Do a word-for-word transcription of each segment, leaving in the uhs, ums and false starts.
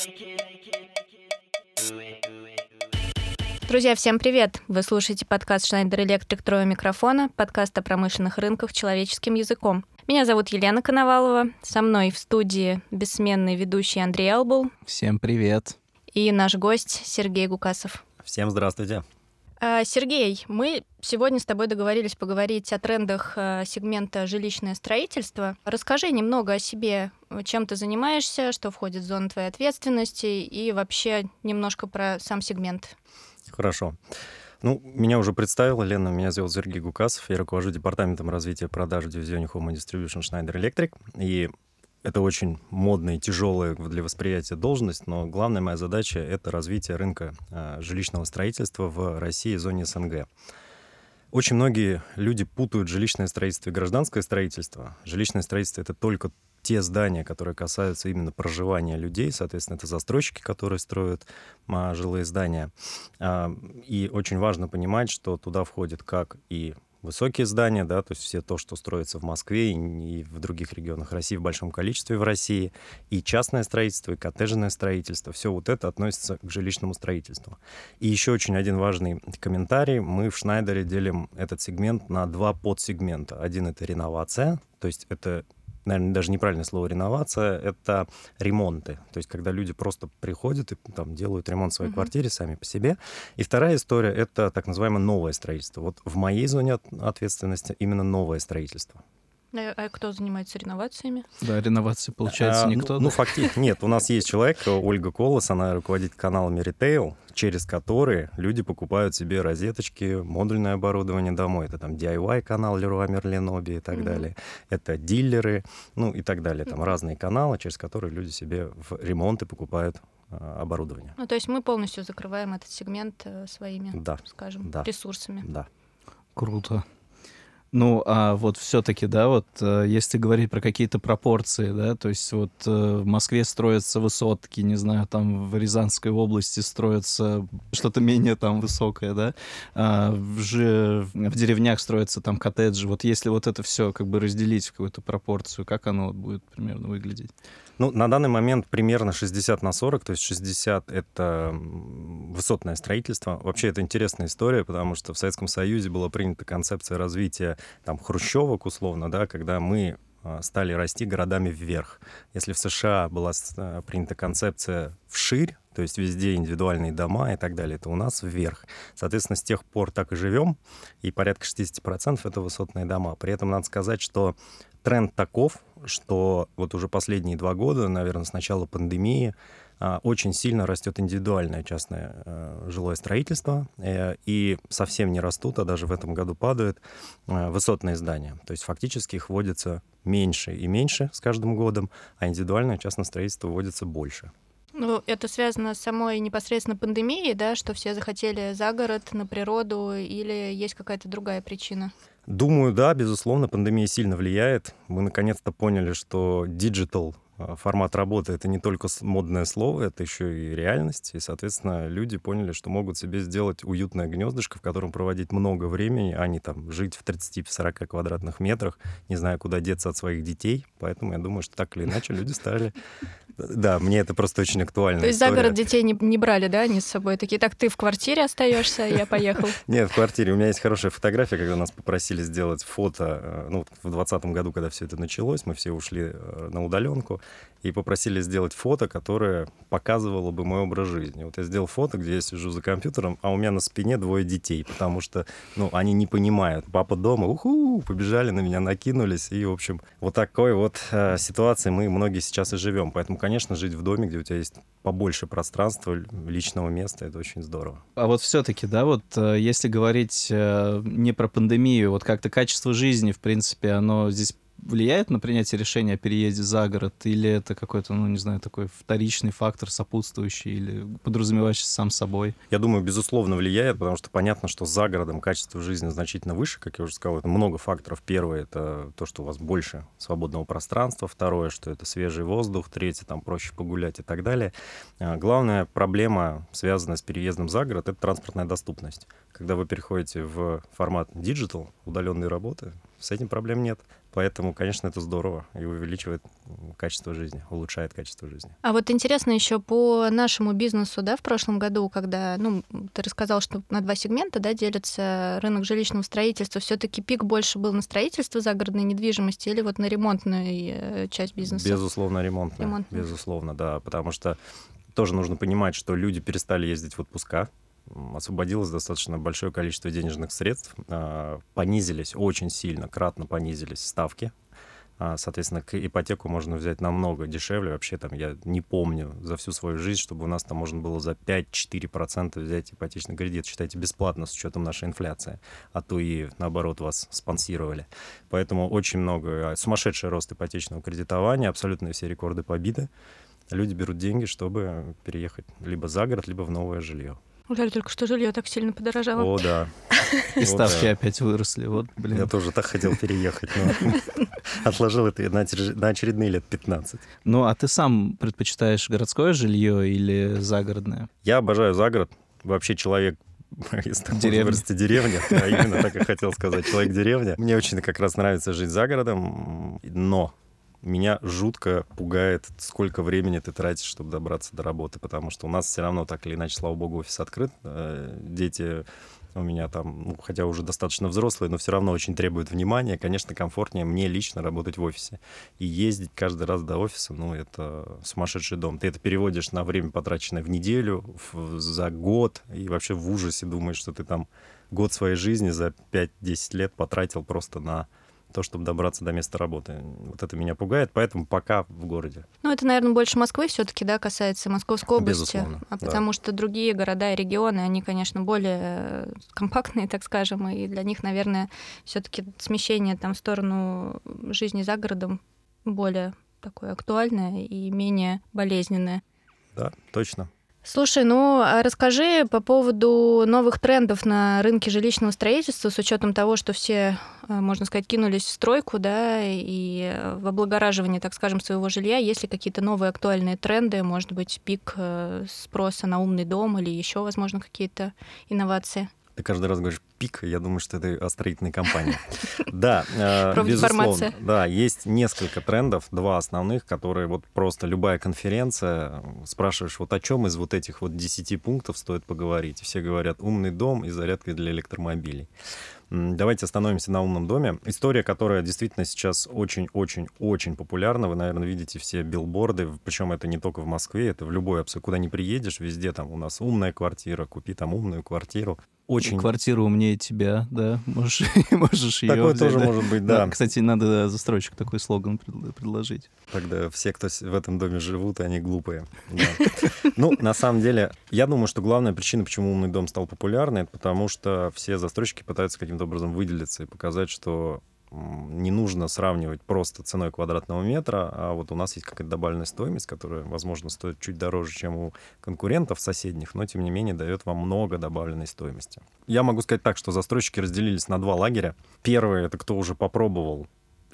Друзья, всем привет! Вы слушаете подкаст Schneider Electric «Трое микрофона», подкаст о промышленных рынках человеческим языком. Меня зовут Елена Коновалова, со мной в студии бессменный ведущий Андрей Албул. Всем привет! И наш гость Сергей Гукасов. Всем здравствуйте! Сергей, мы сегодня с тобой договорились поговорить о трендах сегмента жилищное строительство. Расскажи немного о себе, чем ты занимаешься, что входит в зону твоей ответственности, и вообще немножко про сам сегмент. Хорошо. Ну, меня уже представила Лена, меня зовут Сергей Гукасов, я руковожу департаментом развития продаж в дивизионе Home and Distribution Schneider Electric, и это очень модная и тяжелая для восприятия должность, но главная моя задача — это развитие рынка а, жилищного строительства в России и зоне СНГ. Очень многие люди путают жилищное строительство и гражданское строительство. Жилищное строительство — это только те здания, которые касаются именно проживания людей, соответственно, это застройщики, которые строят а, жилые здания. А, и очень важно понимать, что туда входит как и высокие здания, да, то есть все то, что строится в Москве и в других регионах России в большом количестве в России, и частное строительство, и коттеджное строительство, все вот это относится к жилищному строительству. И еще очень один важный комментарий. Мы в Шнайдере делим этот сегмент на два подсегмента. Один — это реновация, то есть это, наверное, даже неправильное слово реновация, это ремонты. То есть когда люди просто приходят и там делают ремонт в своей uh-huh. квартире сами по себе. И вторая история — это так называемое новое строительство. Вот в моей зоне ответственности именно новое строительство. А кто занимается реновациями? Да, реновации, получается, а, никто. Ну, ну фактически нет. У нас есть человек, Ольга Колос, она руководит каналами ритейл, через которые люди покупают себе розеточки, модульное оборудование домой. Это там ди ай вай-канал Leroy Merlin Hobby и так mm-hmm. далее. Это дилеры, ну и так далее. Там mm-hmm. разные каналы, через которые люди себе в ремонты покупают а, оборудование. Ну, то есть мы полностью закрываем этот сегмент своими, да. скажем, да. ресурсами. Да. Круто. Ну, а вот все-таки, да, вот если говорить про какие-то пропорции, да, то есть вот в Москве строятся высотки, не знаю, там в Рязанской области строятся что-то менее там высокое, да, а в, же, в деревнях строятся там коттеджи. Вот если вот это все как бы разделить в какую-то пропорцию, как оно вот будет примерно выглядеть? Ну, на данный момент примерно шестьдесят на сорок, то есть шестьдесят — это высотное строительство. Вообще это интересная история, потому что в Советском Союзе была принята концепция развития там хрущевок, условно, да, когда мы стали расти городами вверх. Если в США была принята концепция вширь, то есть везде индивидуальные дома и так далее, то у нас вверх. Соответственно, с тех пор так и живем, и порядка шестьдесят процентов это высотные дома. При этом надо сказать, что тренд таков, что вот уже последние два года, наверное, с начала пандемии, очень сильно растет индивидуальное частное жилое строительство, и совсем не растут, а даже в этом году падают высотные здания. То есть фактически их вводится меньше и меньше с каждым годом, а индивидуальное частное строительство вводится больше. Ну, это связано с самой непосредственно пандемией, да, что все захотели за город, на природу, или есть какая-то другая причина? Думаю, да, безусловно, пандемия сильно влияет. Мы наконец-то поняли, что диджитал формат работы — это не только модное слово, это еще и реальность. И, соответственно, люди поняли, что могут себе сделать уютное гнездышко, в котором проводить много времени, а не там жить в тридцати-сорока квадратных метрах, не зная, куда деться от своих детей. Поэтому я думаю, что так или иначе люди стали... Да, мне это просто очень актуально. То есть за город детей не, не брали, да, они с собой? Такие, так ты в квартире остаешься, я поехал. Нет, в квартире. У меня есть хорошая фотография, когда нас попросили сделать фото. Ну, в двадцатом году, когда все это началось, мы все ушли на удаленку и попросили сделать фото, которое показывало бы мой образ жизни. Вот я сделал фото, где я сижу за компьютером, а у меня на спине двое детей, потому что, ну, они не понимают. Папа дома, уху, побежали на меня, накинулись. И, в общем, вот такой вот э, ситуации мы многие сейчас и живем. Поэтому, конечно, жить в доме, где у тебя есть побольше пространства, личного места, это очень здорово. А вот все-таки, да, вот если говорить э, не про пандемию, вот как-то качество жизни, в принципе, оно здесь влияет на принятие решения о переезде за город, или это какой-то, ну, не знаю, такой вторичный фактор, сопутствующий или подразумевающийся сам собой? Я думаю, безусловно, влияет, потому что понятно, что за городом качество жизни значительно выше, как я уже сказал. Это много факторов. Первое — это то, что у вас больше свободного пространства. Второе, что это свежий воздух. Третье, там проще погулять и так далее. Главная проблема, связанная с переездом за город, это транспортная доступность. Когда вы переходите в формат digital, удаленной работы, с этим проблем нет. Поэтому, конечно, это здорово и увеличивает качество жизни, улучшает качество жизни. А вот интересно еще по нашему бизнесу, да, в прошлом году, когда, ну, ты рассказал, что на два сегмента, да, делится рынок жилищного строительства, все-таки пик больше был на строительство загородной недвижимости или вот на ремонтную часть бизнеса? Безусловно, ремонтная. Ремонтная. Безусловно, да, потому что тоже нужно понимать, что люди перестали ездить в отпуска, освободилось достаточно большое количество денежных средств, понизились очень сильно, кратно понизились ставки. Соответственно, к ипотеку можно взять намного дешевле. Вообще, там, я не помню за всю свою жизнь, чтобы у нас там можно было за пять-четыре процента взять ипотечный кредит. Считайте, бесплатно с учетом нашей инфляции. А то и, наоборот, вас спонсировали. Поэтому очень много, сумасшедший рост ипотечного кредитования, абсолютно все рекорды побиты. Люди берут деньги, чтобы переехать либо за город, либо в новое жилье. Жаль только, что жилье так сильно подорожало. О, да. И ставки опять выросли. Вот, блин. Я тоже так хотел переехать, но отложил это на очередные лет пятнадцать. Ну, а ты сам предпочитаешь городское жилье или загородное? Я обожаю загород. Вообще человек из того возраста деревня. Да, именно так и хотел сказать. Человек-деревня. Мне очень как раз нравится жить за городом, но меня жутко пугает, сколько времени ты тратишь, чтобы добраться до работы, потому что у нас все равно так или иначе, слава богу, офис открыт. Дети у меня там, ну, хотя уже достаточно взрослые, но все равно очень требуют внимания. Конечно, комфортнее мне лично работать в офисе. И ездить каждый раз до офиса, ну, это сумасшедший дом. Ты это переводишь на время, потраченное в неделю, в, за год, и вообще в ужасе думаешь, что ты там год своей жизни за пять-десять лет потратил просто на то, чтобы добраться до места работы. Вот это меня пугает, поэтому пока в городе. Ну, это, наверное, больше Москвы все-таки, да, касается Московской области. Безусловно, а потому да. что другие города и регионы, они, конечно, более компактные, так скажем, и для них, наверное, все-таки смещение там в сторону жизни за городом более такое актуальное и менее болезненное. Да, точно. Слушай, ну а расскажи по поводу новых трендов на рынке жилищного строительства с учетом того, что все, можно сказать, кинулись в стройку, да, и в облагораживание, так скажем, своего жилья. Есть ли какие-то новые актуальные тренды, может быть, пик спроса на умный дом или еще, возможно, какие-то инновации? Ты каждый раз говоришь «пик», я думаю, что это о строительной компании. Да, безусловно. Да, есть несколько трендов, два основных, которые вот просто любая конференция, спрашиваешь, вот о чем из вот этих вот десяти пунктов стоит поговорить. Все говорят «умный дом» и зарядка для электромобилей. Давайте остановимся на умном доме. История, которая действительно сейчас очень-очень-очень популярна. Вы, наверное, видите все билборды, причем это не только в Москве, это в любой абсолютно, куда ни приедешь, везде там у нас умная квартира, купи там умную квартиру. Очень... Квартира умнее тебя, да, можешь, можешь ее Такое взять, тоже да? может быть, да. да. Кстати, надо застройщику такой слоган предложить. Тогда все, кто в этом доме живут, они глупые. Да. Ну, на самом деле, я думаю, что главная причина, почему умный дом стал популярным, это потому что все застройщики пытаются каким-то образом выделиться и показать, что не нужно сравнивать просто ценой квадратного метра, а вот у нас есть какая-то добавленная стоимость, которая, возможно, стоит чуть дороже, чем у конкурентов соседних, но, тем не менее, дает вам много добавленной стоимости. Я могу сказать так, что застройщики разделились на два лагеря. Первый — это кто уже попробовал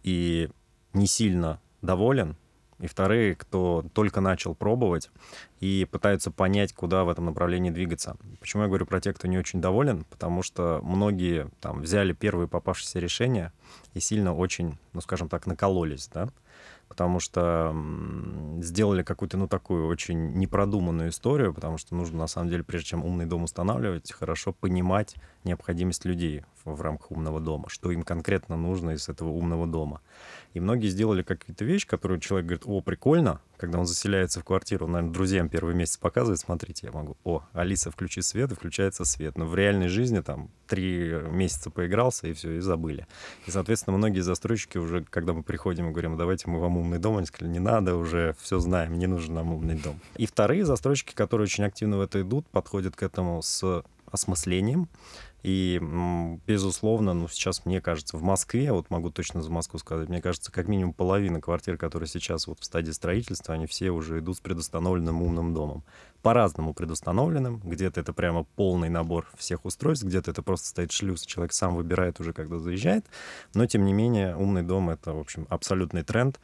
и не сильно доволен, и вторые, кто только начал пробовать и пытаются понять, куда в этом направлении двигаться. Почему я говорю про тех, кто не очень доволен? Потому что многие там взяли первые попавшиеся решения и сильно очень, ну, скажем так, накололись, да? Потому что сделали какую-то, ну, такую очень непродуманную историю, потому что нужно, на самом деле, прежде чем умный дом устанавливать, хорошо понимать необходимость людей в, в рамках умного дома, что им конкретно нужно из этого умного дома. И многие сделали какие-то вещи, которые человек говорит: о, прикольно, когда он заселяется в квартиру, он, наверное, друзьям первый месяц показывает: смотрите, я могу, о, Алиса, включи свет, и включается свет. Но в реальной жизни там три месяца поигрался, и все, и забыли. И, соответственно, многие застройщики уже, когда мы приходим и говорим: давайте мы вам умный дом, они сказали: не надо, уже все знаем, не нужен нам умный дом. И вторые застройщики, которые очень активно в это идут, подходят к этому с осмыслением. И, безусловно, ну, сейчас, мне кажется, в Москве, вот могу точно за Москву сказать, мне кажется, как минимум половина квартир, которые сейчас вот в стадии строительства, они все уже идут с предустановленным умным домом. По-разному предустановленным. Где-то это прямо полный набор всех устройств, где-то это просто стоит шлюз, человек сам выбирает уже, когда заезжает. Но, тем не менее, умный дом — это, в общем, абсолютный тренд.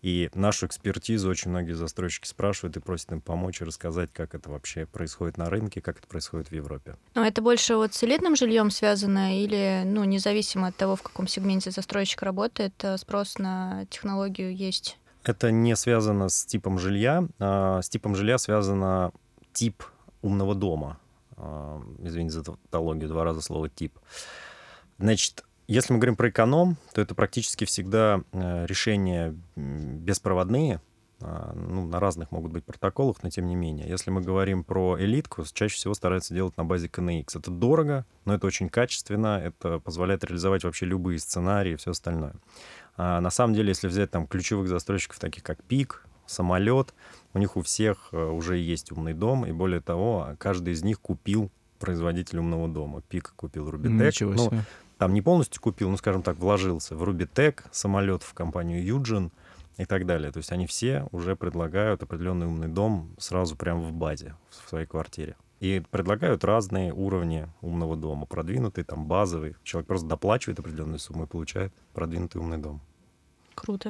И нашу экспертизу очень многие застройщики спрашивают и просят им помочь и рассказать, как это вообще происходит на рынке, как это происходит в Европе. Но это больше вот с элитным жильем связано или, ну, независимо от того, в каком сегменте застройщик работает, спрос на технологию есть? Это не связано с типом жилья. А с типом жилья связано тип умного дома. А, извините за тавтологию, два раза слово «тип». Значит, если мы говорим про эконом, то это практически всегда решения беспроводные. Ну, на разных могут быть протоколах, но тем не менее. Если мы говорим про элитку, чаще всего стараются делать на базе ка эн икс. Это дорого, но это очень качественно, это позволяет реализовать вообще любые сценарии и все остальное. А на самом деле, если взять там ключевых застройщиков, таких как ПИК, Самолет, у них у всех уже есть умный дом, и более того, каждый из них купил производитель умного дома. ПИК купил Рубитек. Ничего себе. Ну, там не полностью купил, ну, скажем так, вложился в Рубитек, Самолет в компанию Юджин и так далее. То есть они все уже предлагают определенный умный дом сразу прямо в базе, в своей квартире. И предлагают разные уровни умного дома. Продвинутый, там, базовый. Человек просто доплачивает определенную сумму и получает продвинутый умный дом. Круто.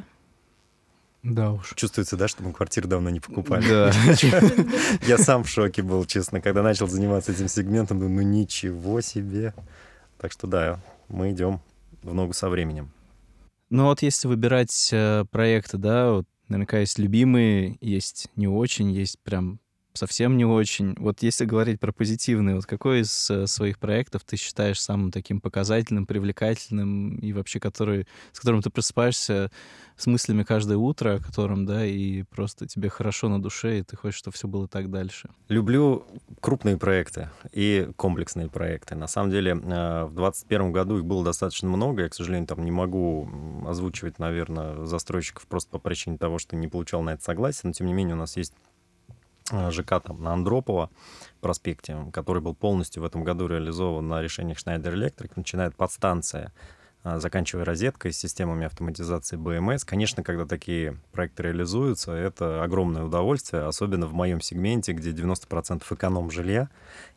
Да уж. Чувствуется, да, что мы квартиру давно не покупали? Да. Я сам в шоке был, честно, когда начал заниматься этим сегментом. Думаю, ну ничего себе. Так что да, мы идем в ногу со временем. Ну вот если выбирать э, проекты, да, вот наверняка есть любимые, есть не очень, есть прям совсем не очень. Вот если говорить про позитивные, вот какой из э, своих проектов ты считаешь самым таким показательным, привлекательным и вообще который, с которым ты просыпаешься с мыслями каждое утро, о котором, да, и просто тебе хорошо на душе, и ты хочешь, чтобы все было так дальше? Люблю крупные проекты и комплексные проекты. На самом деле, в двадцать первом году их было достаточно много. Я, к сожалению, там не могу озвучивать, наверное, застройщиков просто по причине того, что не получал на это согласие. Но, тем не менее, у нас есть ЖК там на Андропова проспекте, который был полностью в этом году реализован на решениях Schneider Electric. Начинает подстанция, заканчивая розеткой с системами автоматизации бэ эм эс. Конечно, когда такие проекты реализуются, это огромное удовольствие, особенно в моем сегменте, где девяносто процентов эконом-жилья,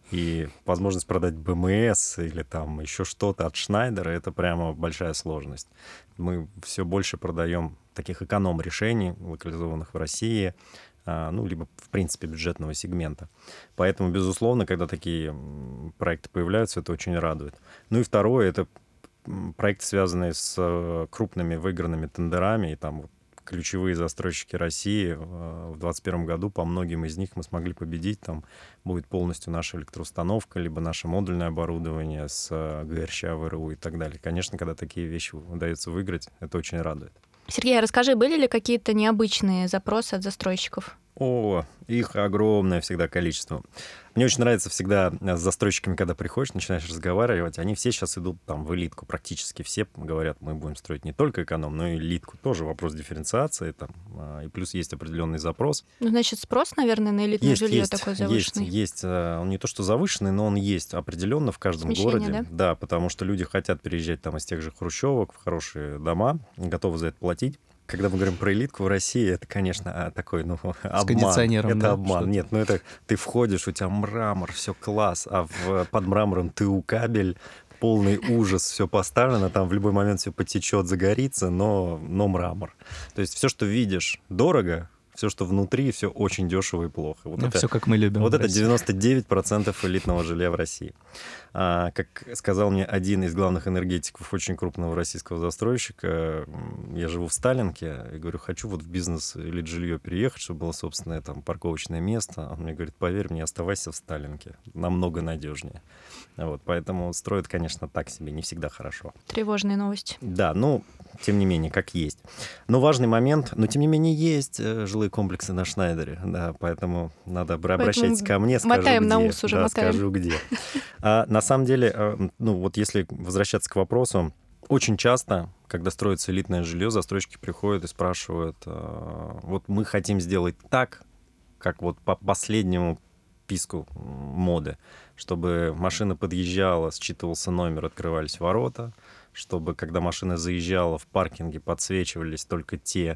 и возможность продать бэ эм эс или там еще что-то от Шнайдера — это прямо большая сложность. Мы все больше продаем таких эконом-решений, локализованных в России, ну, либо, в принципе, бюджетного сегмента. Поэтому, безусловно, когда такие проекты появляются, это очень радует. Ну и второе — это проекты, связанные с крупными выигранными тендерами, и там вот ключевые застройщики России в двадцать первом году, по многим из них мы смогли победить. Там будет полностью наша электроустановка, либо наше модульное оборудование с ГРЩ, ВРУ и так далее. Конечно, когда такие вещи удается выиграть, это очень радует. Сергей, расскажи, были ли какие-то необычные запросы от застройщиков? О, их огромное всегда количество. Мне очень нравится всегда с застройщиками, когда приходишь, начинаешь разговаривать, они все сейчас идут там в элитку, практически все говорят, мы будем строить не только эконом, но и элитку. Тоже вопрос дифференциации там, и плюс есть определенный запрос. Ну, значит, спрос, наверное, на элитное есть, жилье есть, такой завышенный. Есть, есть. Он не то что завышенный, но он есть определенно в каждом Смещение, городе. да? Да, потому что люди хотят переезжать там из тех же хрущевок в хорошие дома, готовы за это платить. Когда мы говорим про элитку в России, это, конечно, такой, ну, обман. С кондиционером, это да, обман. что-то. Нет, ну это ты входишь, у тебя мрамор, все класс, а в, под мрамором ТУ кабель, полный ужас, все поставлено, там в любой момент все потечет, загорится, но, но мрамор. То есть все, что видишь, дорого, все, что внутри, все очень дешево и плохо. Вот Ну, это, все, как мы любим. вот в это России. девяносто девять процентов элитного жилья в России. А, как сказал мне один из главных энергетиков очень крупного российского застройщика, я живу в Сталинке, и говорю, хочу вот в бизнес или жилье переехать, чтобы было собственное там парковочное место. Он мне говорит, поверь мне, оставайся в Сталинке, намного надежнее. Вот, поэтому строят, конечно, так себе, не всегда хорошо. Тревожная новость. Да, ну, тем не менее, как есть. Но важный момент, но тем не менее есть э, жилые комплексы на Шнайдере, да, поэтому надо обра- обращайтесь ко мне, скажу мотаем где. на ус уже, да, мотаем. скажу где. А, на самом деле, э, ну вот если возвращаться к вопросу, очень часто, когда строится элитное жилье, застройщики приходят и спрашивают, э, вот мы хотим сделать так, как вот по последнему писку моды, чтобы машина подъезжала, считывался номер, открывались ворота, чтобы, когда машина заезжала, в паркинге подсвечивались только те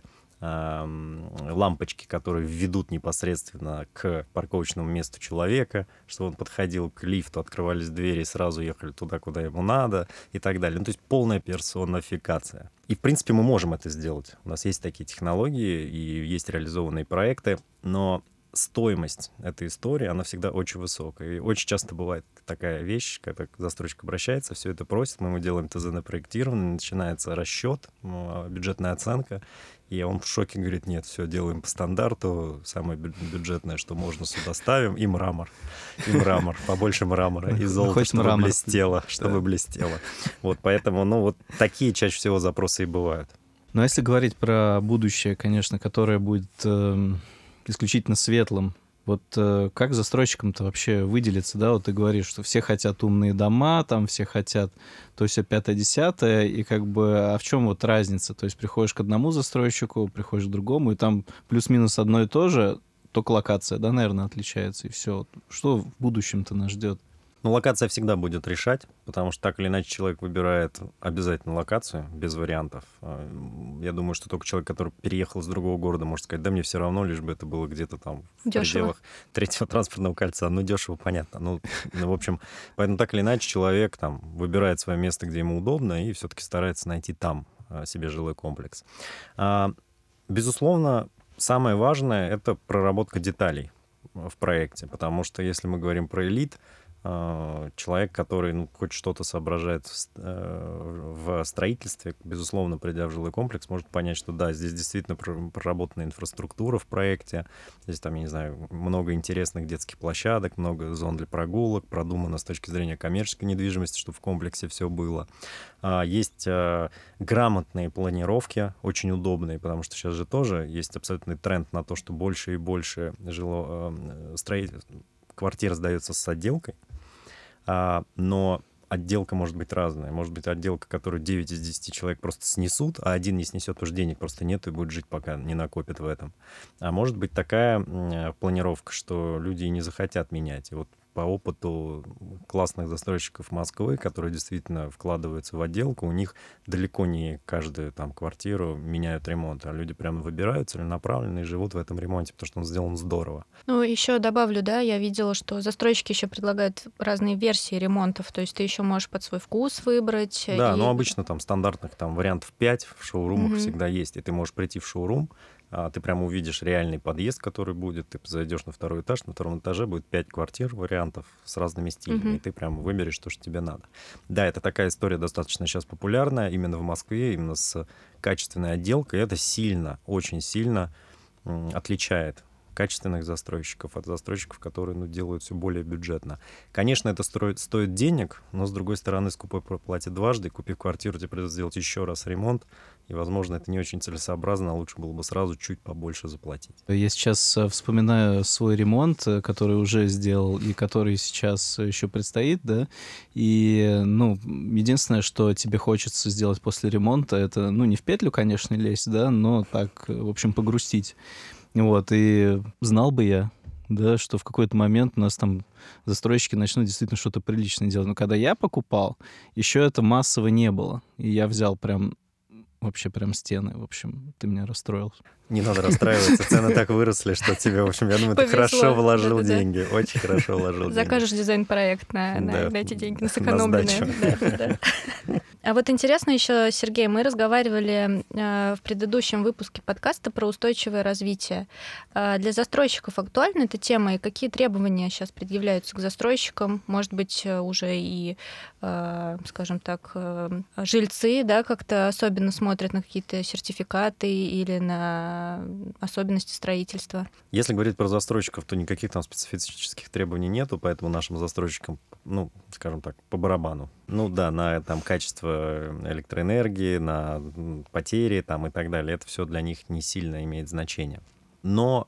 лампочки, которые ведут непосредственно к парковочному месту человека, чтобы он подходил к лифту, открывались двери и сразу ехали туда, куда ему надо и так далее. Ну, то есть полная персонификация. И, в принципе, мы можем это сделать. У нас есть такие технологии и есть реализованные проекты, но стоимость этой истории, она всегда очень высокая. И очень часто бывает такая вещь, когда застройщик обращается, все это просит, мы ему делаем ТЗ на проектирование, начинается расчет, бюджетная оценка, и он в шоке говорит: нет, все делаем по стандарту, самое бюджетное, что можно, сюда ставим, и мрамор. И мрамор, побольше мрамора, и золото, чтобы блестело, чтобы блестело. Вот, поэтому, ну, вот такие чаще всего запросы и бывают. Но если говорить про будущее, конечно, которое будет э, исключительно светлым, вот э, как застройщикам-то вообще выделиться, да? Вот ты говоришь, что все хотят умные дома, там все хотят то все пятое-десятое, и как бы, а в чем вот разница? То есть приходишь к одному застройщику, приходишь к другому, и там плюс-минус одно и то же, только локация, да, наверное, отличается, и все. Что в будущем-то нас ждет? Ну, локация всегда будет решать, потому что так или иначе человек выбирает обязательно локацию, без вариантов. Я думаю, что только человек, который переехал из другого города, может сказать: да мне все равно, лишь бы это было где-то там в Дешево. пределах третьего транспортного кольца. Ну, дешево, понятно. Ну, ну, в общем, поэтому так или иначе человек там выбирает свое место, где ему удобно, и все-таки старается найти там себе жилой комплекс. А, безусловно, самое важное — это проработка деталей в проекте, потому что если мы говорим про элит, человек, который, ну, хоть что-то соображает в, в строительстве, безусловно, придя в жилой комплекс, может понять, что да, здесь действительно проработана инфраструктура в проекте, здесь там, я не знаю, много интересных детских площадок, много зон для прогулок, продумано с точки зрения коммерческой недвижимости, чтобы в комплексе все было. Есть грамотные планировки, очень удобные, потому что сейчас же тоже есть абсолютный тренд на то, что больше и больше жило, строитель, квартира сдается с отделкой. А, но отделка может быть разная. Может быть отделка, которую девять из десяти человек просто снесут, а один не снесет, потому что денег просто нет и будет жить, пока не накопит в этом. А может быть такая м, планировка, что люди и не захотят менять. И вот по опыту классных застройщиков Москвы, которые действительно вкладываются в отделку, у них далеко не каждую там квартиру меняют ремонт, а люди прямо выбирают целенаправленно и живут в этом ремонте, потому что он сделан здорово. Ну, еще добавлю, да, я видела, что застройщики еще предлагают разные версии ремонтов, то есть ты еще можешь под свой вкус выбрать. Да, и... но обычно там стандартных там вариантов пять в шоурумах Мгм. всегда есть, и ты можешь прийти в шоурум, а, ты прямо увидишь реальный подъезд, который будет, ты зайдешь на второй этаж, на втором этаже будет пять квартир, вариантов с разными стилями, Мгм. и ты прямо выберешь то, что тебе надо. Да, это такая история достаточно сейчас популярная именно в Москве, именно с качественной отделкой. Это сильно, очень сильно м, отличает качественных застройщиков от застройщиков, которые, ну, делают все более бюджетно. Конечно, это строит, стоит денег, но, с другой стороны, скупой платит дважды. Купив квартиру, тебе придется сделать еще раз ремонт, и, возможно, это не очень целесообразно, а лучше было бы сразу чуть побольше заплатить. Я сейчас э, вспоминаю свой ремонт, э, который уже сделал и который сейчас еще предстоит, да, и, э, ну, единственное, что тебе хочется сделать после ремонта, это, ну, не в петлю, конечно, лезть, да, но так, э, в общем, погрустить. Вот, и знал бы я, да, что в какой-то момент у нас там застройщики начнут действительно что-то приличное делать. Но когда я покупал, еще это массово не было. И я взял прям, вообще прям стены. В общем, ты меня расстроил. Не надо расстраиваться, цены так выросли, что тебе, в общем, я думаю, ты Повезло. хорошо вложил Да-да-да. деньги, очень хорошо вложил деньги. Закажешь дизайн-проект на, на, Да, на эти деньги, на на сэкономленные. сдачу. Да, да. А вот интересно еще, Сергей, мы разговаривали э, в предыдущем выпуске подкаста про устойчивое развитие. Э, для застройщиков актуальна эта тема, и какие требования сейчас предъявляются к застройщикам? Может быть, э, уже и, э, скажем так, э, жильцы, да, как-то особенно смотрят на какие-то сертификаты или на особенности строительства? Если говорить про застройщиков, то никаких там специфических требований нету, поэтому нашим застройщикам, ну, скажем так, по барабану. Ну да, на там качество электроэнергии, на потери там и так далее, это все для них не сильно имеет значение. Но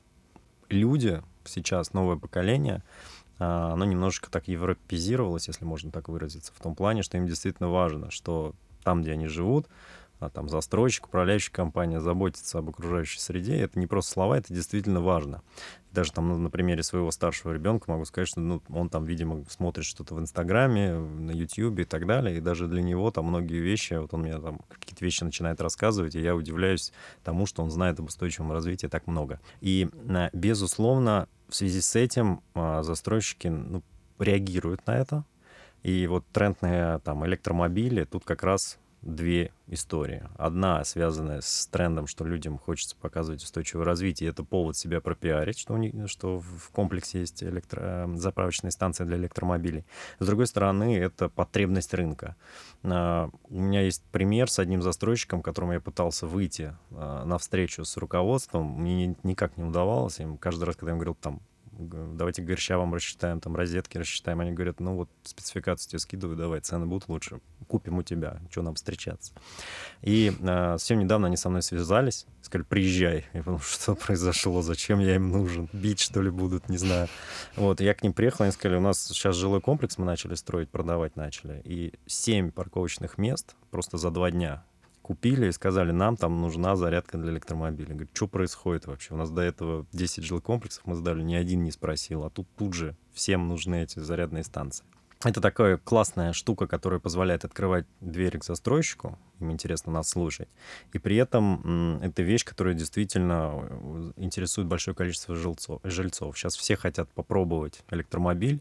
люди сейчас, новое поколение, а, оно немножечко так европеизировалось, если можно так выразиться, в том плане, что им действительно важно, что там, где они живут, а там застройщик, управляющая компания заботится об окружающей среде. Это не просто слова, это действительно важно. Даже там ну, на примере своего старшего ребенка могу сказать, что ну, он там, видимо, смотрит что-то в Инстаграме, на Ютьюбе и так далее, и даже для него там многие вещи, вот он мне там какие-то вещи начинает рассказывать, и я удивляюсь тому, что он знает об устойчивом развитии так много. И, безусловно, в связи с этим застройщики ну, реагируют на это. И вот тренд на там, электромобили, тут как раз две истории. Одна связанная с трендом, что людям хочется показывать устойчивое развитие, это повод себя пропиарить, что, у них, что в комплексе есть электро... заправочные станции для электромобилей. С другой стороны, это потребность рынка. У меня есть пример с одним застройщиком, которому я пытался выйти на встречу с руководством, мне никак не удавалось. Им каждый раз, когда я им говорил, там, давайте горща вам рассчитаем, там розетки рассчитаем. Они говорят, ну вот спецификацию тебе скидываю, давай, цены будут лучше, купим у тебя, что нам встречаться. И э, совсем недавно они со мной связались, сказали, приезжай. Я подумал, что произошло, зачем я им нужен, бить что ли будут, не знаю. Вот, я к ним приехал, они сказали, у нас сейчас жилой комплекс мы начали строить, продавать начали, и семь парковочных мест просто за два дня купили и сказали, нам там нужна зарядка для электромобиля. Говорит, что происходит вообще? У нас до этого десять жилкомплексов мы сдали, ни один не спросил, а тут тут же всем нужны эти зарядные станции. Это такая классная штука, которая позволяет открывать двери к застройщику, им интересно нас слушать, и при этом это вещь, которая действительно интересует большое количество жильцов. жильцов. Сейчас все хотят попробовать электромобиль.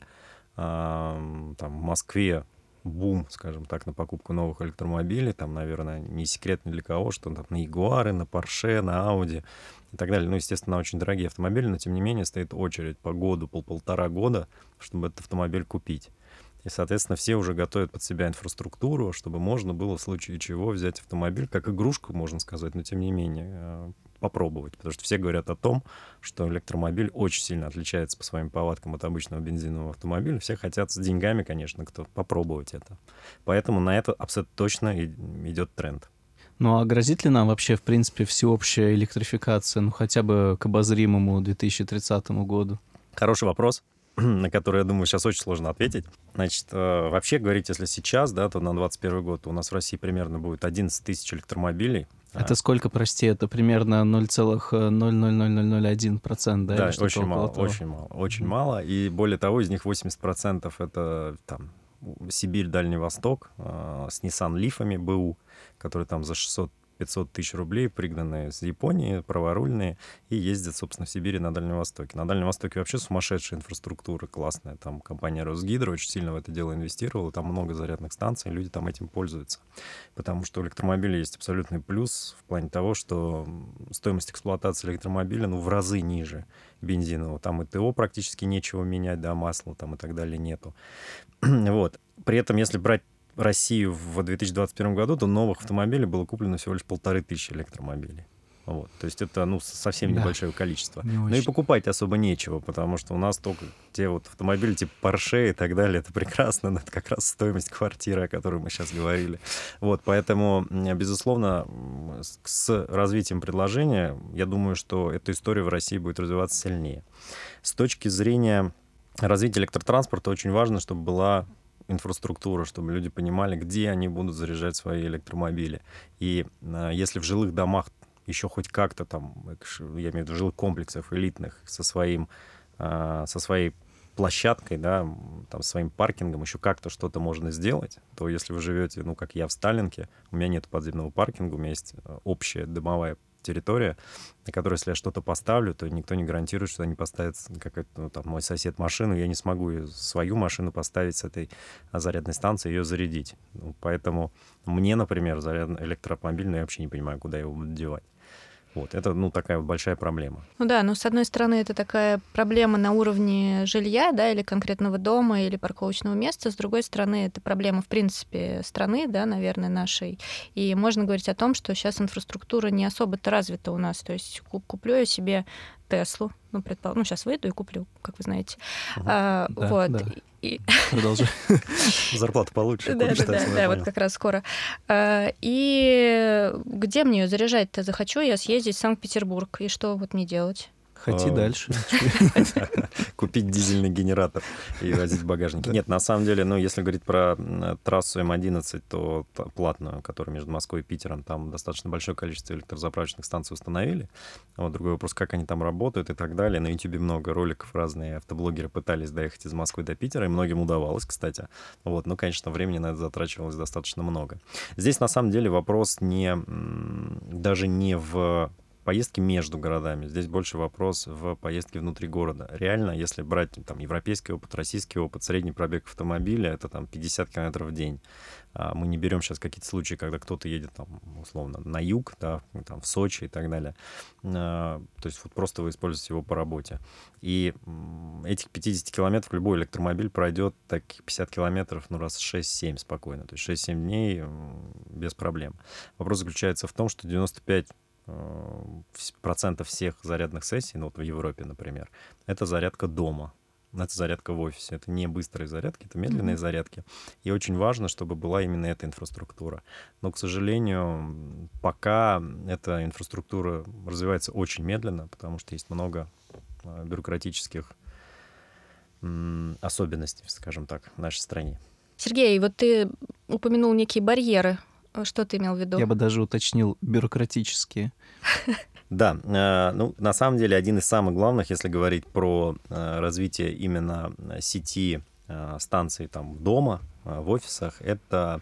Там в Москве бум, скажем так, на покупку новых электромобилей. Там, наверное, не секрет ни для кого, что там на Ягуары, на Порше, на Ауди и так далее. Ну, естественно, очень дорогие автомобили, но, тем не менее, стоит очередь по году, пол-полтора года, чтобы этот автомобиль купить. И, соответственно, все уже готовят под себя инфраструктуру, чтобы можно было в случае чего взять автомобиль, как игрушку, можно сказать, но, тем не менее, попробовать. Потому что все говорят о том, что электромобиль очень сильно отличается по своим повадкам от обычного бензинового автомобиля. Все хотят с деньгами, конечно, кто попробовать это. Поэтому на это абсолютно точно идет тренд. Ну а грозит ли нам вообще, в принципе, всеобщая электрификация, ну хотя бы к обозримому две тысячи тридцатому году? Хороший вопрос, на который, я думаю, сейчас очень сложно ответить. Значит, вообще говорить, если сейчас, да, то на двадцать первый год у нас в России примерно будет одиннадцать тысяч электромобилей. Это сколько, прости, это примерно ноль целых ноль ноль ноль ноль ноль один процент, да? Да, очень мало, того? очень мало, очень mm-hmm. мало. И более того, из них восемьдесят процентов это там Сибирь, Дальний Восток э, с Nissan Leaf'ами БУ, которые там за шестьсот-пятьсот тысяч рублей пригнанные с Японии, праворульные, и ездят, собственно, в Сибири на Дальнем Востоке. На Дальнем Востоке вообще сумасшедшая инфраструктура, классная. Там компания Росгидро очень сильно в это дело инвестировала, там много зарядных станций, люди там этим пользуются. Потому что у электромобиля есть абсолютный плюс в плане того, что стоимость эксплуатации электромобиля ну, в разы ниже бензинового. Там и ТО практически нечего менять, да, масла там и так далее нету. Вот. При этом, если брать Россию в две тысячи двадцать первом году, то новых автомобилей было куплено всего лишь полторы тысячи электромобилей. Вот. То есть это ну, совсем да. небольшое количество. Не Но очень. И покупать особо нечего, потому что у нас только те вот автомобили типа Porsche и так далее, это прекрасно, но это как раз стоимость квартиры, о которой мы сейчас говорили. Вот, поэтому, безусловно, с развитием предложения, я думаю, что эта история в России будет развиваться сильнее. С точки зрения развития электротранспорта очень важно, чтобы была инфраструктура, чтобы люди понимали, где они будут заряжать свои электромобили. И э, если в жилых домах еще хоть как-то там, я имею в виду жилых комплексах элитных, со, своим, э, со своей площадкой, да, там, своим паркингом еще как-то что-то можно сделать, то если вы живете, ну, как я в Сталинке, у меня нет подземного паркинга, у меня есть общая домовая территория, на которой, если я что-то поставлю, то никто не гарантирует, что не поставит как ну, там, мой сосед машину, я не смогу свою машину поставить с этой зарядной станции, ее зарядить. Ну, поэтому мне, например, зарядный электромобиль, ну, я вообще не понимаю, куда его буду девать. Вот, это, ну, такая большая проблема. Ну да, но с одной стороны, это такая проблема на уровне жилья, да, или конкретного дома, или парковочного места. С другой стороны, это проблема, в принципе, страны, да, наверное, нашей. И можно говорить о том, что сейчас инфраструктура не особо-то развита у нас. То есть куплю я себе Теслу, ну, предположим, ну, сейчас выйду и куплю, как вы знаете. Угу. А, да, вот. Да. И... Продолжай. Зарплату получше. Да, да, да, да, вот как раз скоро. И где мне ее заряжать-то захочу? Я съездить в Санкт-Петербург. И что вот мне делать? Хоти дальше. Купить дизельный генератор и возить в багажнике. Нет, на самом деле, ну, если говорить про трассу эм одиннадцать, то платную, которая между Москвой и Питером, там достаточно большое количество электрозаправочных станций установили. Вот другой вопрос, как они там работают и так далее. На Ютубе много роликов, разные автоблогеры пытались доехать из Москвы до Питера, и многим удавалось, кстати. Вот, ну, конечно, времени на это затрачивалось достаточно много. Здесь, на самом деле, вопрос не, даже не в поездки между городами. Здесь больше вопрос в поездке внутри города. Реально, если брать там европейский опыт, российский опыт, средний пробег автомобиля — это там пятьдесят километров в день. Мы не берем сейчас какие-то случаи, когда кто-то едет там, условно, на юг, да, там, в Сочи и так далее. То есть вот просто вы используете его по работе. И этих пятьдесят километров любой электромобиль пройдет таких пятьдесят километров, ну, раз шесть-семь спокойно. То есть шесть-семь дней без проблем. Вопрос заключается в том, что девяносто пять процентов всех зарядных сессий, ну вот в Европе, например, это зарядка дома, это зарядка в офисе, это не быстрые зарядки, это медленные mm-hmm. зарядки. И очень важно, чтобы была именно эта инфраструктура. Но, к сожалению, пока эта инфраструктура развивается очень медленно, потому что есть много бюрократических м, особенностей, скажем так, в нашей стране. Сергей, вот ты упомянул некие барьеры. Что ты имел в виду? Я бы даже уточнил бюрократические. Да, э, ну, на самом деле, один из самых главных, если говорить про э, развитие именно сети э, станций там дома, э, в офисах, это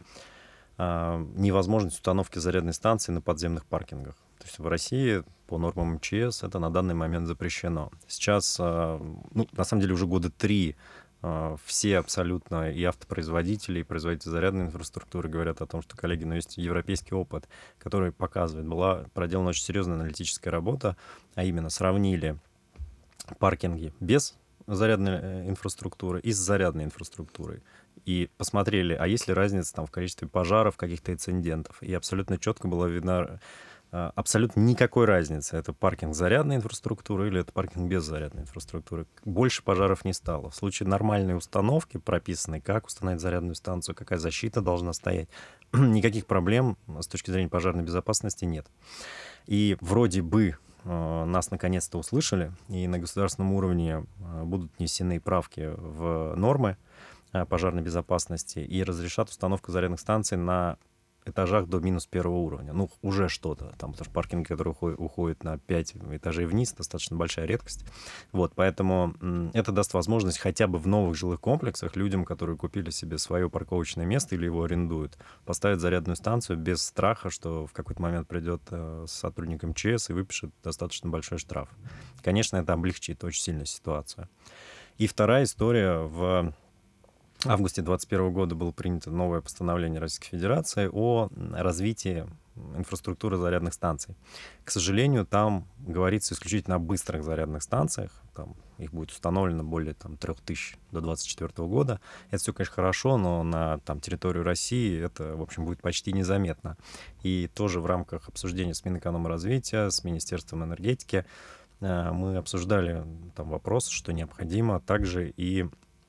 э, невозможность установки зарядной станции на подземных паркингах. То есть в России по нормам эм че эс это на данный момент запрещено. Сейчас, э, ну, на самом деле, уже года три все абсолютно и автопроизводители, и производители зарядной инфраструктуры говорят о том, что, коллеги, ну, есть европейский опыт, который показывает, была проделана очень серьезная аналитическая работа, а именно сравнили паркинги без зарядной инфраструктуры и с зарядной инфраструктурой. И посмотрели, а есть ли разница там в количестве пожаров, каких-то инцидентов. И абсолютно четко была видна абсолютно никакой разницы. Это паркинг зарядной инфраструктуры или это паркинг без зарядной инфраструктуры. Больше пожаров не стало. В случае нормальной установки, прописанной, как установить зарядную станцию, какая защита должна стоять, никаких проблем с точки зрения пожарной безопасности нет. И вроде бы э, нас наконец-то услышали, и на государственном уровне э, будут внесены правки в нормы э, пожарной безопасности и разрешат установку зарядных станций на этажах до минус первого уровня. Ну, уже что-то. Там, потому что паркинги, которые уходят, уходят на пять этажей вниз, достаточно большая редкость. Вот, поэтому м, это даст возможность хотя бы в новых жилых комплексах людям, которые купили себе свое парковочное место или его арендуют, поставить зарядную станцию без страха, что в какой-то момент придет э, сотрудник эм че эс и выпишет достаточно большой штраф. Конечно, это облегчит очень сильно ситуацию. И вторая история. В В августе двадцать первого года было принято новое постановление Российской Федерации о развитии инфраструктуры зарядных станций. К сожалению, там говорится исключительно о быстрых зарядных станциях. Там их будет установлено более там, трех тысяч до двадцать четвёртого года. Это все, конечно, хорошо, но на там, территорию России это, в общем, будет почти незаметно. И тоже в рамках обсуждения с Минэкономразвития, с Министерством энергетики э, мы обсуждали там вопрос, что необходимо также и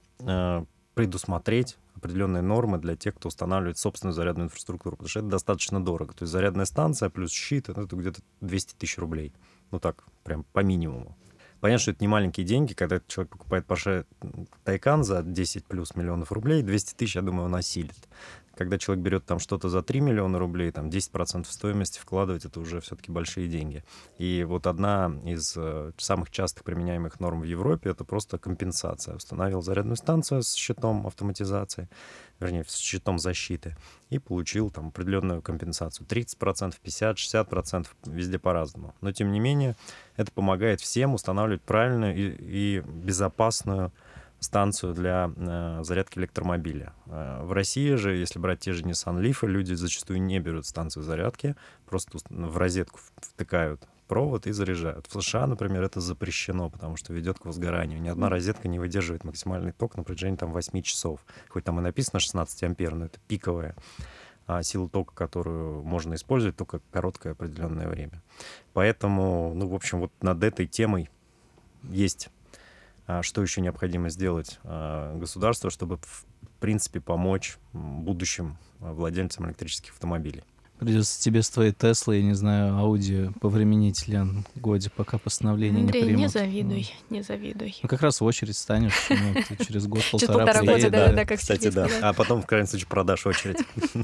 э, предусмотреть определенные нормы для тех, кто устанавливает собственную зарядную инфраструктуру, потому что это достаточно дорого. То есть зарядная станция плюс щит — это где-то двести тысяч рублей. Ну так, прям по минимуму. Понятно, что это не маленькие деньги, когда человек покупает Porsche Taycan за десять плюс миллионов рублей, двести тысяч, я думаю, он осилит. Когда человек берет там что-то за три миллиона рублей, там десять процентов стоимости вкладывать, это уже все-таки большие деньги. И вот одна из э, самых частых применяемых норм в Европе — это просто компенсация. Установил зарядную станцию с щитом автоматизации, вернее, с щитом защиты, и получил там определенную компенсацию. тридцать процентов, пятьдесят процентов, шестьдесят процентов, везде по-разному. Но, тем не менее, это помогает всем устанавливать правильную и, и безопасную станцию для э, зарядки электромобиля. Э, в России же, если брать те же Nissan Leaf, люди зачастую не берут станцию зарядки, просто в розетку втыкают провод и заряжают. В США, например, это запрещено, потому что ведет к возгоранию. Ни одна розетка не выдерживает максимальный ток на протяжении там, восьми часов. Хоть там и написано шестнадцать ампер, но это пиковая а, сила тока, которую можно использовать только короткое определенное время. Поэтому, ну, в общем, вот над этой темой есть что еще необходимо сделать государству, чтобы, в принципе, помочь будущим владельцам электрических автомобилей. Придется тебе с твоей Теслой, я не знаю, Ауди повременить, Лен, годе, пока постановление Андрей, не примут. не завидуй, не завидуй. Ну, как раз в очередь станешь, ну, ты через год-полтора полтора года, приедешь. да-да-да, как Кстати, Сергей да. сказал. А потом, в крайнем случае, продашь очередь.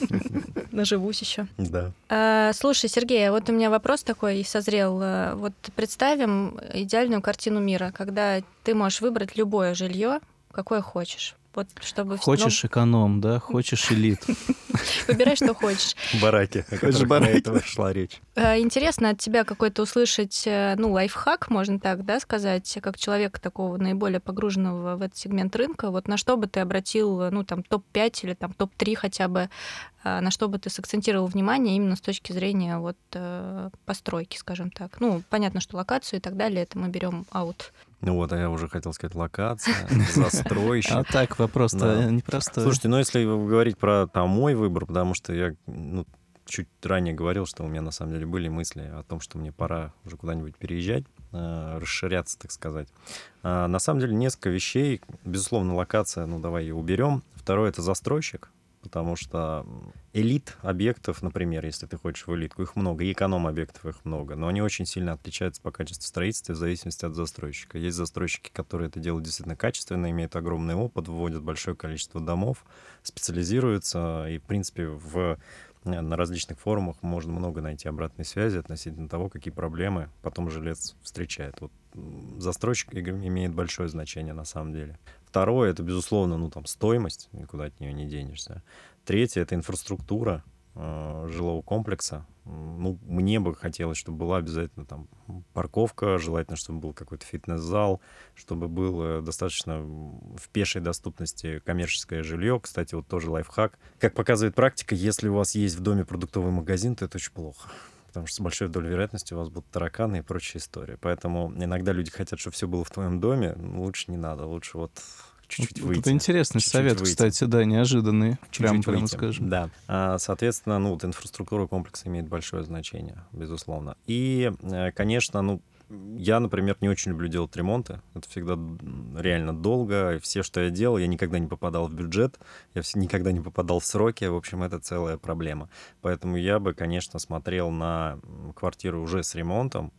Наживусь еще. Да. А, слушай, Сергей, а вот у меня вопрос такой созрел. А, Вот представим идеальную картину мира, когда ты можешь выбрать любое жилье, какое хочешь. Вот чтобы вс- Хочешь эконом, да, хочешь элит. ну, выбирай, что хочешь. Бараки, о которых до бараки? этого шла речь. А, Интересно от тебя какой-то услышать, э, ну, лайфхак, можно так, да, сказать, как человека такого наиболее погруженного в этот сегмент рынка. Вот на что бы ты обратил, ну, там, топ пять или там топ три хотя бы, а, на что бы ты сакцентировал внимание именно с точки зрения вот э, постройки, скажем так. Ну, понятно, что локацию и так далее, это мы берем аут. Ну вот, а я уже хотел сказать локация, застройщик. А так вопрос-то Да. непростой. Слушайте, ну если говорить про там мой выбор, потому что я ну, чуть ранее говорил, что у меня на самом деле были мысли о том, что мне пора уже куда-нибудь переезжать, э, расширяться, так сказать. А, на самом деле несколько вещей. Безусловно, локация, ну давай ее уберем. Второе — это застройщик, потому что элит объектов, например, если ты хочешь в элитку, их много, и эконом-объектов их много, но они очень сильно отличаются по качеству строительства в зависимости от застройщика. Есть застройщики, которые это делают действительно качественно, имеют огромный опыт, вводят большое количество домов, специализируются, и, в принципе, в, на различных форумах можно много найти обратной связи относительно того, какие проблемы потом жилец встречает. Вот застройщик имеет большое значение на самом деле. Второе — это, безусловно, ну, там, стоимость, никуда от нее не денешься. Третье — это инфраструктура э, жилого комплекса. Ну, мне бы хотелось, чтобы была обязательно там парковка, желательно, чтобы был какой-то фитнес-зал, чтобы было достаточно в пешей доступности коммерческое жилье. Кстати, вот тоже лайфхак. Как показывает практика, если у вас есть в доме продуктовый магазин, то это очень плохо. Потому что с большой долей вероятности у вас будут тараканы и прочая история. Поэтому иногда люди хотят, чтобы все было в твоем доме. Ну, лучше не надо, лучше вот чуть-чуть Вот выйти. это интересный Чуть-чуть совет, выйти. кстати, да, неожиданный. Чуть-чуть Прям, прямо выйти. скажем. Да. А, соответственно, ну, вот инфраструктура комплекса имеет большое значение, безусловно. И, э, конечно, ну, я, например, не очень люблю делать ремонты. Это всегда реально долго. И все, что я делал, я никогда не попадал в бюджет, я все- никогда не попадал в сроки. В общем, это целая проблема. Поэтому я бы, конечно, смотрел на м, квартиру уже с ремонтом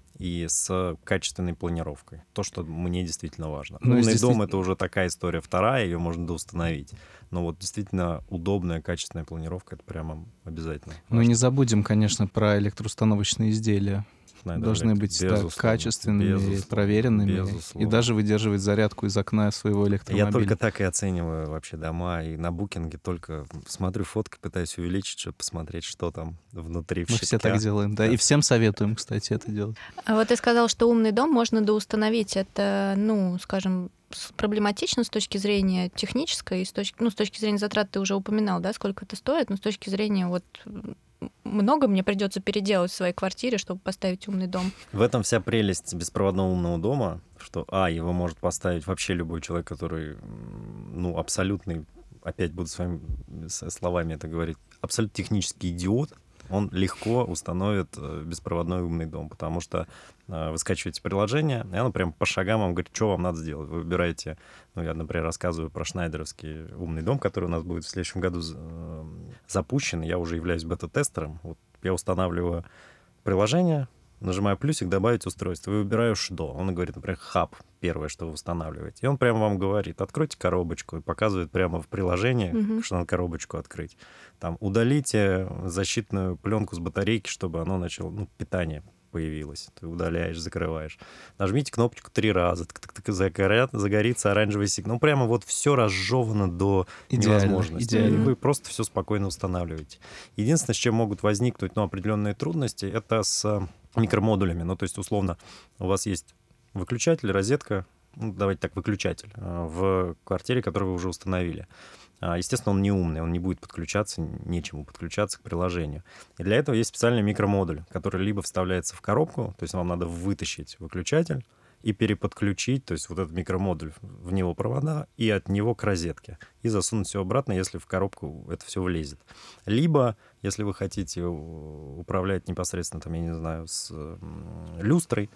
и с качественной планировкой. То, что мне действительно важно. Ну, Умный здесь дом — действительно- это уже такая история вторая, ее можно доустановить. Но вот действительно удобная, качественная планировка — это прямо обязательно. Ну, не забудем, конечно, про электроустановочные изделия. Schneider Должны Electric, быть так, безусловно, качественными, безусловно, проверенными. И безусловно. даже выдерживать зарядку из окна своего электромобиля. Я только так и оцениваю вообще дома. И на букинге только смотрю фотки, пытаюсь увеличить, чтобы посмотреть, что там внутри в Мы все так щитках. делаем, да. И всем советуем, кстати, это делать. А вот ты сказал, что умный дом можно доустановить. Это, ну, скажем, с- проблематично с точки зрения технической, и с точки, ну, с точки зрения затрат ты уже упоминал, да, сколько это стоит, но с точки зрения вот м, много мне придется переделать в своей квартире, чтобы поставить умный дом. В этом вся прелесть беспроводного умного дома, что, а, его может поставить вообще любой человек, который, м, ну, абсолютный, опять буду своими с- словами это говорить, абсолютно технический идиот, он легко установит э, беспроводной умный дом, потому что э, вы скачиваете приложение, и оно прям по шагам вам говорит, что вам надо сделать. Вы выбираете, ну, я, например, рассказываю про шнайдеровский умный дом, который у нас будет в следующем году з- э, запущен. Я уже являюсь бета-тестером. Вот я устанавливаю приложение, нажимаю плюсик, добавить устройство, и выбираю что. Он говорит, например, хаб, первое, что вы устанавливаете. И он прямо вам говорит, откройте коробочку, и показывает прямо в приложении, Мгм. что надо коробочку открыть. Там, удалите защитную пленку с батарейки, чтобы оно начало, ну, питание появилось. Ты удаляешь, закрываешь. Нажмите кнопочку три раза, тык-тык-тык, загорят, загорится оранжевый сигнал. Ну, прямо вот все разжевано до Идеально, невозможности. идеально. И вы просто все спокойно устанавливаете. Единственное, с чем могут возникнуть, ну, определенные трудности, это с микромодулями. Ну, то есть, условно, у вас есть выключатель, розетка, ну, давайте так, выключатель э, в квартире, которую вы уже установили. А, Естественно, он не умный, он не будет подключаться, нечему подключаться к приложению. И для этого есть специальный микромодуль, который либо вставляется в коробку, то есть вам надо вытащить выключатель и переподключить, то есть вот этот микромодуль, в него провода, и от него к розетке. И засунуть все обратно, если в коробку это все влезет. Либо, если вы хотите у- управлять непосредственно, там, я не знаю, с м, люстрой,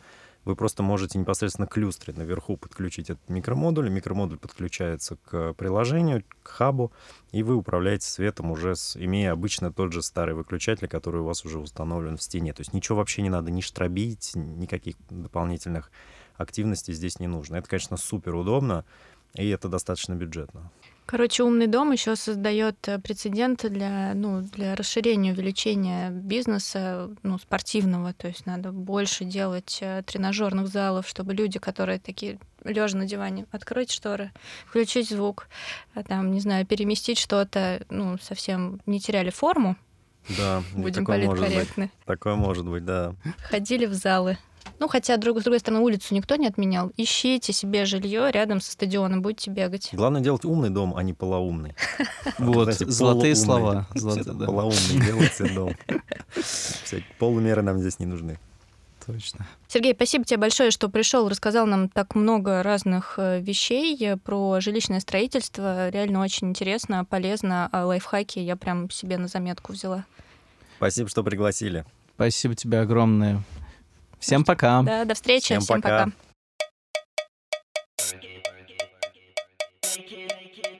вы просто можете непосредственно к люстре наверху подключить этот микромодуль. Микромодуль подключается к приложению, к хабу, и вы управляете светом уже, с, имея обычно тот же старый выключатель, который у вас уже установлен в стене. То есть ничего вообще не надо ни штробить, никаких дополнительных активностей здесь не нужно. Это, конечно, супер удобно, и это достаточно бюджетно. Короче, умный дом еще создает прецедент для, ну, для расширения, увеличения бизнеса, ну, спортивного. То есть надо больше делать тренажерных залов, чтобы люди, которые такие лежа на диване, открыть шторы, включить звук, там, не знаю, переместить что-то, ну, совсем не теряли форму. Да, будем такое может быть. политкорректны. Такое может быть, да. Ходили в залы. Ну, хотя, друг, с другой стороны, улицу никто не отменял. Ищите себе жилье рядом со стадионом, будете бегать. Главное делать умный дом, а не полоумный. Вот, Знаете, золотые полуумный. слова. Золотые, да. Полоумный делайте дом. Всякие полумеры нам здесь не нужны. Точно. Сергей, спасибо тебе большое, что пришел, рассказал нам так много разных вещей про жилищное строительство. Реально очень интересно, полезно. А лайфхаки я прям себе на заметку взяла. Спасибо, что пригласили. Спасибо тебе огромное. Всем пока. Да, до встречи. Всем Всем пока. пока.